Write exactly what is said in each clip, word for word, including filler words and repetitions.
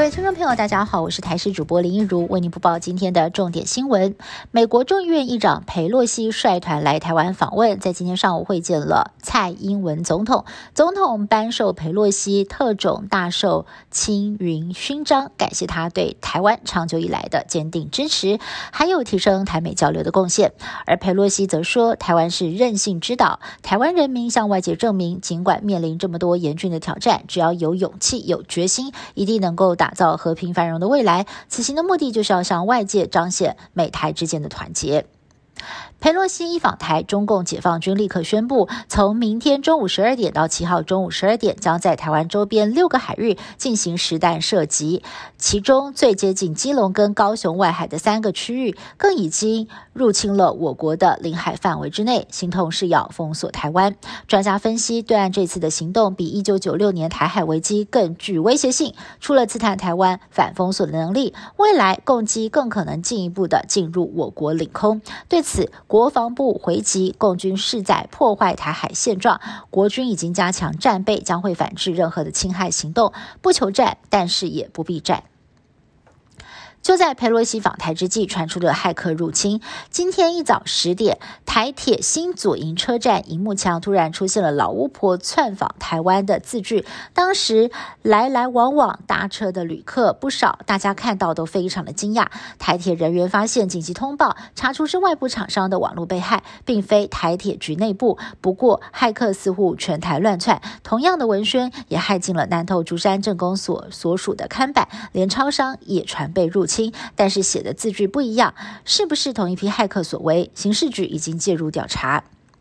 位听众朋友大家好，我是台视主播林一如，为您播报今天的重点新闻。美国众议院议长裴洛西率团来台湾访问，在今天上午会见了蔡英文总统，总统颁授裴洛西特种大绶青云勋章，感谢他对台湾长久以来的坚定支持，还有提升台美交流的贡献。而裴洛西则说，台湾是韧性之岛，台湾人民向外界证明，尽管面临这么多严峻的挑战，只要有勇气有决心，一定能够打造和平繁荣的未来。此行的目的就是要向外界彰显美台之间的团结。裴洛西一访台，中共解放军立刻宣布，从明天中午十二点到七号中午十二点，将在台湾周边六个海域进行实弹射击，其中最接近基隆跟高雄外海的三个区域，更已经入侵了我国的领海范围之内，形同是要封锁台湾。专家分析，对岸这次的行动比一九九六年台海危机更具威胁性，除了刺探台湾反封锁的能力，未来共机更可能进一步的进入我国领空。对此，国防部回击，共军是在破坏台海现状，国军已经加强战备，将会反制任何的侵害行动，不求战，但是也不避战。就在裴洛西访台之际，传出了骇客入侵。今天一早十点，台铁新左营车站荧幕墙突然出现了老巫婆窜访台湾的字句。当时来来往往搭车的旅客不少，大家看到都非常的惊讶。台铁人员发现紧急通报，查出是外部厂商的网络被害，并非台铁局内部。不过骇客似乎全台乱窜，同样的文宣也害进了南投竹山镇公所所属的看板，连超商也传被入侵。但是写的字句不一样，是不是同一批骇客所为？刑事局已经介入调查。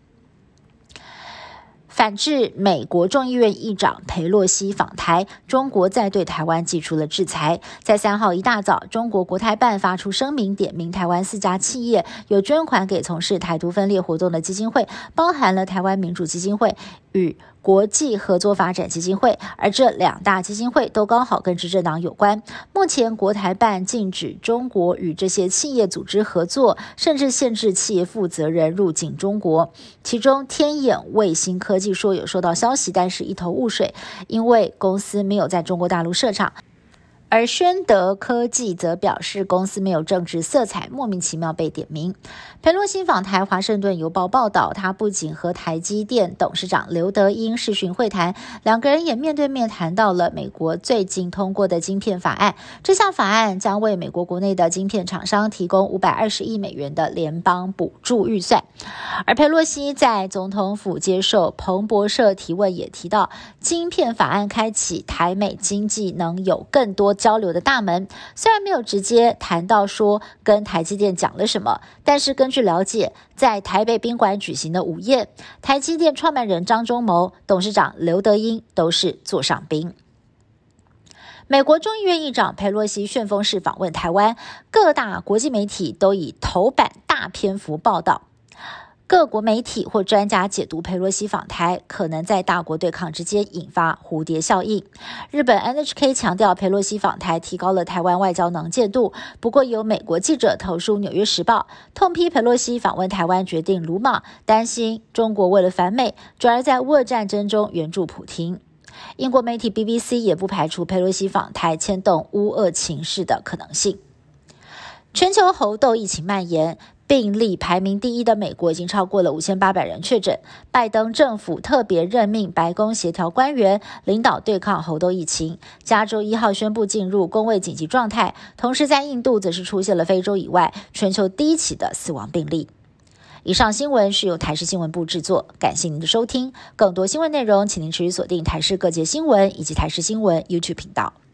反制美国众议院议长裴洛西访台，中国再对台湾祭出了制裁。在三号一大早，中国国台办发出声明，点名台湾四家企业有捐款给从事台独分裂活动的基金会，包含了台湾民主基金会与国际合作发展基金会，而这两大基金会都刚好跟执政党有关。目前国台办禁止中国与这些企业组织合作，甚至限制企业负责人入境中国。其中天眼卫星科技说有收到消息，但是一头雾水，因为公司没有在中国大陆设厂。而宣德科技则表示，公司没有政治色彩，莫名其妙被点名。裴洛西访台，华盛顿邮报报道，他不仅和台积电董事长刘德英视讯会谈，两个人也面对面谈到了美国最近通过的晶片法案。这项法案将为美国国内的晶片厂商提供五百二十亿美元的联邦补助预算。而裴洛西在总统府接受彭博社提问也提到，晶片法案开启台美经济能有更多交流的大门。虽然没有直接谈到说跟台积电讲了什么，但是根据了解，在台北宾馆举行的午宴，台积电创办人张忠谋、董事长刘德英都是座上宾。美国众议院议长裴洛西旋风式访问台湾，各大国际媒体都以头版大篇幅报道。各国媒体或专家解读裴洛西访台，可能在大国对抗之间引发蝴蝶效应。日本 N H K 强调裴洛西访台提高了台湾外交能见度，不过有美国记者投书《纽约时报》，痛批裴洛西访问台湾决定鲁莽，担心中国为了反美，转而在乌俄战争中援助普丁。英国媒体 B B C 也不排除裴洛西访台牵动乌俄情势的可能性。全球猴痘疫情蔓延，病例排名第一的美国已经超过了五千八百人确诊。拜登政府特别任命白宫协调官员领导对抗猴痘疫情。加州一号宣布进入公卫紧急状态，同时在印度则是出现了非洲以外全球第一起的死亡病例。以上新闻是由台视新闻部制作，感谢您的收听。更多新闻内容，请您持续锁定台视各界新闻以及台视新闻 YouTube 频道。